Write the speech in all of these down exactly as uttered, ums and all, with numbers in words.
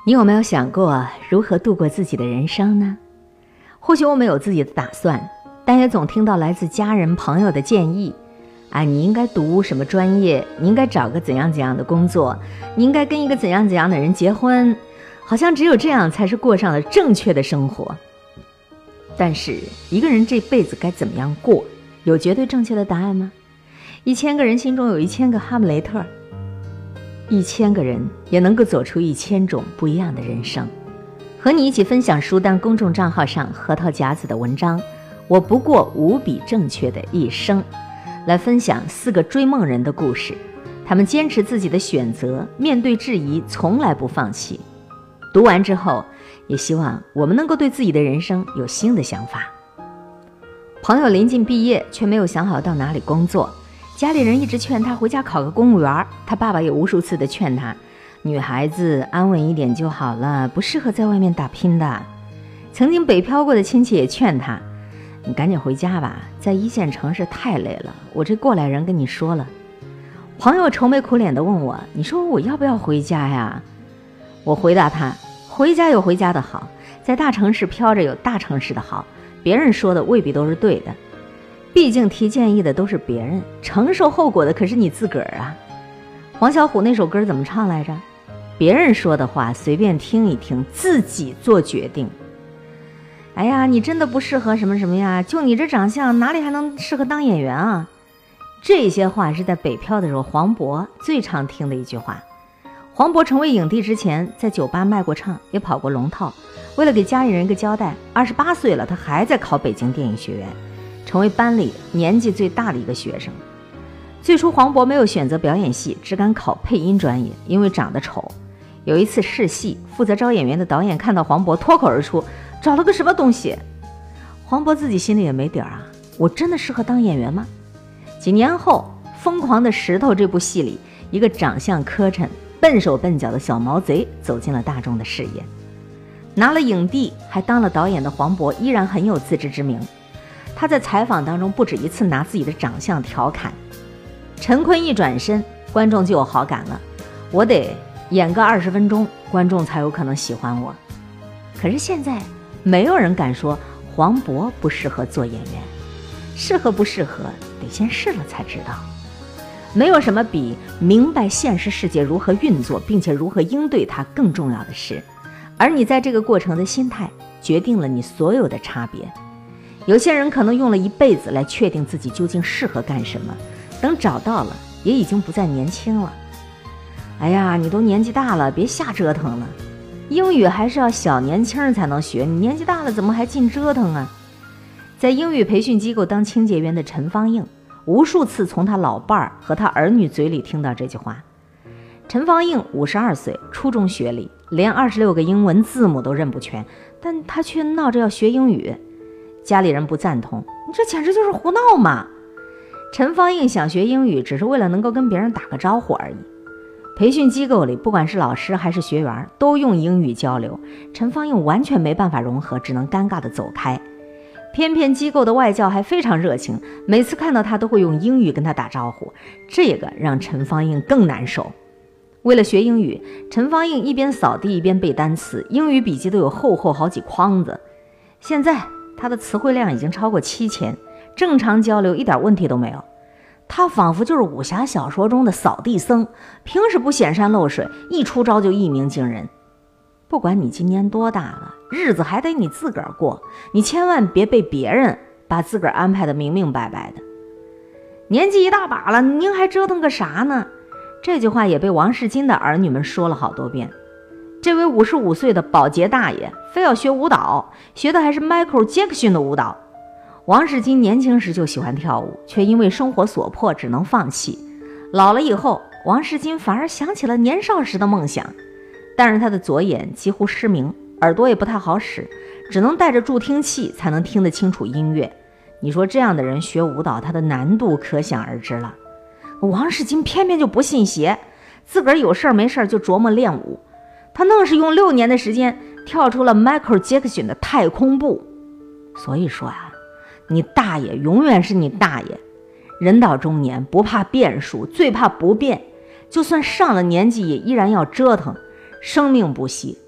你有没有想过如何度过自己的人生呢？或许我们有自己的打算，但也总听到来自家人朋友的建议啊，你应该读什么专业，你应该找个怎样怎样的工作，你应该跟一个怎样怎样的人结婚，好像只有这样才是过上了正确的生活。但是一个人这辈子该怎么样过，有绝对正确的答案吗？一千个人心中有一千个哈姆雷特，一千个人也能够走出一千种不一样的人生。和你一起分享书单公众账号上核桃夹子的文章，我不过无比正确的一生，来分享四个追梦人的故事。他们坚持自己的选择，面对质疑从来不放弃。读完之后，也希望我们能够对自己的人生有新的想法。朋友临近毕业，却没有想好到哪里工作，家里人一直劝他回家考个公务员，他爸爸也无数次的劝他，女孩子安稳一点就好了，不适合在外面打拼的。曾经北漂过的亲戚也劝他，你赶紧回家吧，在一线城市太累了，我这过来人跟你说了。朋友愁眉苦脸地问我，你说我要不要回家呀？我回答他，回家有回家的好，在大城市飘着有大城市的好，别人说的未必都是对的，毕竟提建议的都是别人，承受后果的可是你自个儿啊。黄小琥那首歌怎么唱来着？别人说的话随便听一听，自己做决定。哎呀，你真的不适合什么什么呀，就你这长相哪里还能适合当演员啊？这些话是在北漂的时候黄渤最常听的一句话。黄渤成为影帝之前，在酒吧卖过唱，也跑过龙套，为了给家里人一个交代，二十八岁了他还在考北京电影学院，成为班里年纪最大的一个学生。最初黄渤没有选择表演系，只敢考配音专业，因为长得丑。有一次试戏，负责招演员的导演看到黄渤脱口而出，找了个什么东西。黄渤自己心里也没底儿啊，我真的适合当演员吗？几年后，疯狂的石头这部戏里，一个长相磕碜笨手笨脚的小毛贼走进了大众的视野。拿了影帝还当了导演的黄渤依然很有自知之明，他在采访当中不止一次拿自己的长相调侃，陈坤一转身，观众就有好感了，我得演个二十分钟，观众才有可能喜欢我。可是现在没有人敢说黄渤不适合做演员，适合不适合得先试了才知道。没有什么比明白现实世界如何运作并且如何应对它更重要的事，而你在这个过程的心态决定了你所有的差别。有些人可能用了一辈子来确定自己究竟适合干什么，等找到了也已经不再年轻了。哎呀，你都年纪大了，别瞎折腾了，英语还是要小年轻才能学，你年纪大了怎么还净折腾啊？在英语培训机构当清洁员的陈芳映无数次从他老伴儿和他儿女嘴里听到这句话。陈芳映五十二岁，初中学历，连二十六个英文字母都认不全，但他却闹着要学英语。家里人不赞同，你这简直就是胡闹嘛！陈芳映想学英语只是为了能够跟别人打个招呼而已。培训机构里不管是老师还是学员都用英语交流，陈芳映完全没办法融合，只能尴尬地走开。偏偏机构的外教还非常热情，每次看到他都会用英语跟他打招呼，这个让陈芳映更难受。为了学英语，陈芳映一边扫地一边背单词，英语笔记都有厚厚好几筐子。现在他的词汇量已经超过七千，正常交流一点问题都没有。他仿佛就是武侠小说中的扫地僧，平时不显山露水，一出招就一鸣惊人。不管你今年多大了，日子还得你自个儿过，你千万别被别人把自个儿安排得明明白白的。年纪一大把了，您还折腾个啥呢？这句话也被王世金的儿女们说了好多遍。这位五十五岁的保洁大爷非要学舞蹈，学的还是 Michael Jackson 的舞蹈。王世金年轻时就喜欢跳舞，却因为生活所迫只能放弃。老了以后，王世金反而想起了年少时的梦想，但是他的左眼几乎失明，耳朵也不太好使，只能带着助听器才能听得清楚音乐。你说这样的人学舞蹈，他的难度可想而知了。王世金偏偏就不信邪，自个儿有事儿没事儿就琢磨练舞，他愣是用六年的时间跳出了 Michael Jackson 的太空步。所以说啊，你大爷永远是你大爷，人到中年不怕变数，最怕不变，就算上了年纪也依然要折腾，生命不息，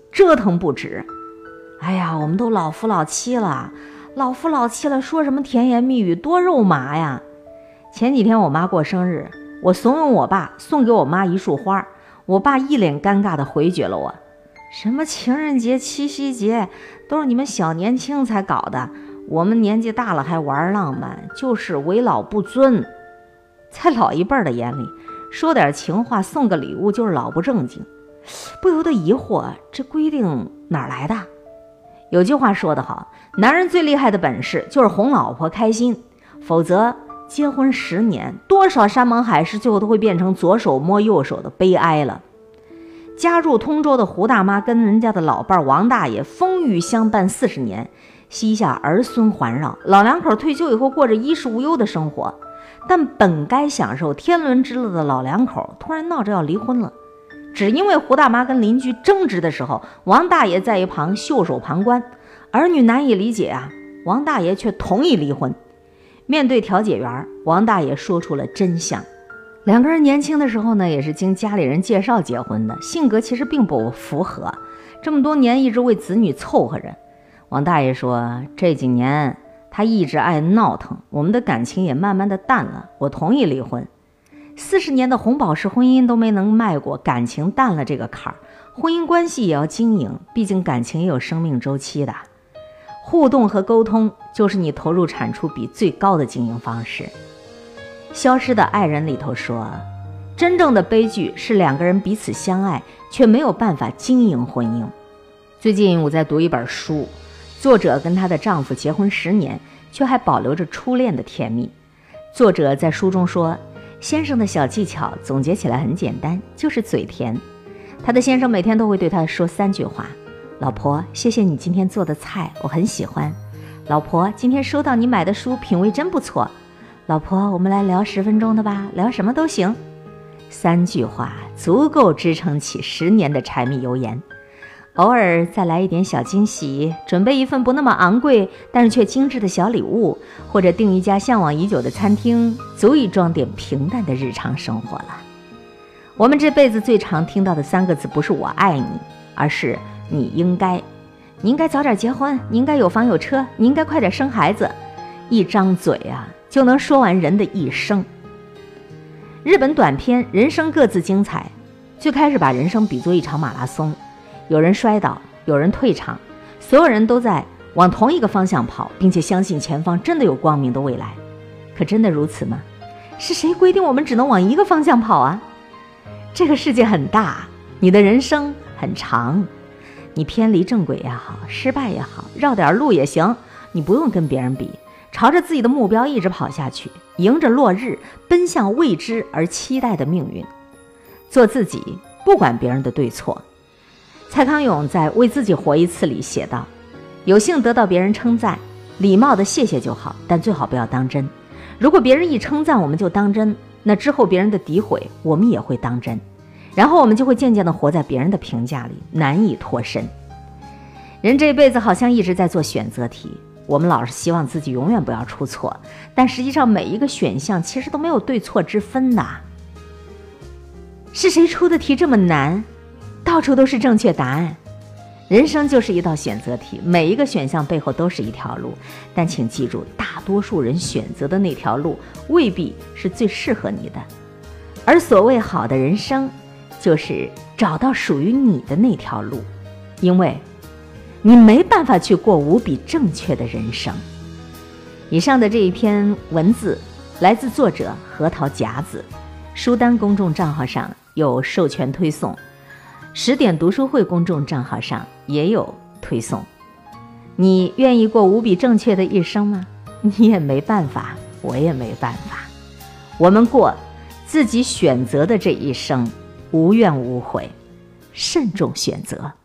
折腾不止。哎呀，我们都老夫老妻了，老夫老妻了，说什么甜言蜜语多肉麻呀。前几天我妈过生日，我怂恿我爸送给我妈一束花，我爸一脸尴尬地回绝了我，什么情人节七夕节都是你们小年轻才搞的，我们年纪大了还玩浪漫，就是为老不尊。在老一辈的眼里，说点情话送个礼物就是老不正经，不由得疑惑，这规定哪儿来的？有句话说得好，男人最厉害的本事就是哄老婆开心，否则结婚十年，多少山盟海誓最后都会变成左手摸右手的悲哀了。家住通州的胡大妈跟人家的老伴王大爷风雨相伴四十年，膝下儿孙环绕，老两口退休以后过着衣食无忧的生活。但本该享受天伦之乐的老两口突然闹着要离婚了，只因为胡大妈跟邻居争执的时候，王大爷在一旁袖手旁观，儿女难以理解啊，王大爷却同意离婚。面对调解员，王大爷说出了真相。两个人年轻的时候呢，也是经家里人介绍结婚的，性格其实并不符合，这么多年一直为子女凑合着。王大爷说，这几年他一直爱闹腾，我们的感情也慢慢的淡了，我同意离婚。四十年的红宝石婚姻都没能迈过感情淡了这个坎儿，婚姻关系也要经营，毕竟感情也有生命周期的。互动和沟通就是你投入产出比最高的经营方式。消失的爱人里头说，真正的悲剧是两个人彼此相爱，却没有办法经营婚姻。最近我在读一本书，作者跟她的丈夫结婚十年，却还保留着初恋的甜蜜。作者在书中说，先生的小技巧总结起来很简单，就是嘴甜。他的先生每天都会对他说三句话：老婆，谢谢你今天做的菜，我很喜欢。老婆，今天收到你买的书，品味真不错。老婆，我们来聊十分钟的吧，聊什么都行。三句话足够支撑起十年的柴米油盐。偶尔再来一点小惊喜，准备一份不那么昂贵但是却精致的小礼物，或者订一家向往已久的餐厅，足以装点平淡的日常生活了。我们这辈子最常听到的三个字不是我爱你，而是你应该。你应该早点结婚，你应该有房有车，你应该快点生孩子。一张嘴啊，就能说完人的一生。日本短片《人生各自精彩》最开始把人生比作一场马拉松，有人摔倒，有人退场，所有人都在往同一个方向跑，并且相信前方真的有光明的未来。可真的如此吗？是谁规定我们只能往一个方向跑啊？这个世界很大，你的人生很长，你偏离正轨也好，失败也好，绕点路也行，你不用跟别人比，朝着自己的目标一直跑下去，迎着落日，奔向未知而期待的命运。做自己，不管别人的对错。蔡康永在《为自己活一次》里写道，有幸得到别人称赞，礼貌的谢谢就好，但最好不要当真。如果别人一称赞我们就当真，那之后别人的诋毁我们也会当真，然后我们就会渐渐地活在别人的评价里，难以脱身。人这辈子好像一直在做选择题，我们老是希望自己永远不要出错，但实际上每一个选项其实都没有对错之分呐。是谁出的题这么难？到处都是正确答案。人生就是一道选择题，每一个选项背后都是一条路，但请记住，大多数人选择的那条路未必是最适合你的。而所谓好的人生，就是找到属于你的那条路，因为你没办法去过无比正确的人生。以上的这一篇文字来自作者核桃夹子，书单公众账号上有授权推送，十点读书会公众账号上也有推送。你愿意过无比正确的一生吗？你也没办法，我也没办法。我们过自己选择的这一生，无怨无悔，慎重选择。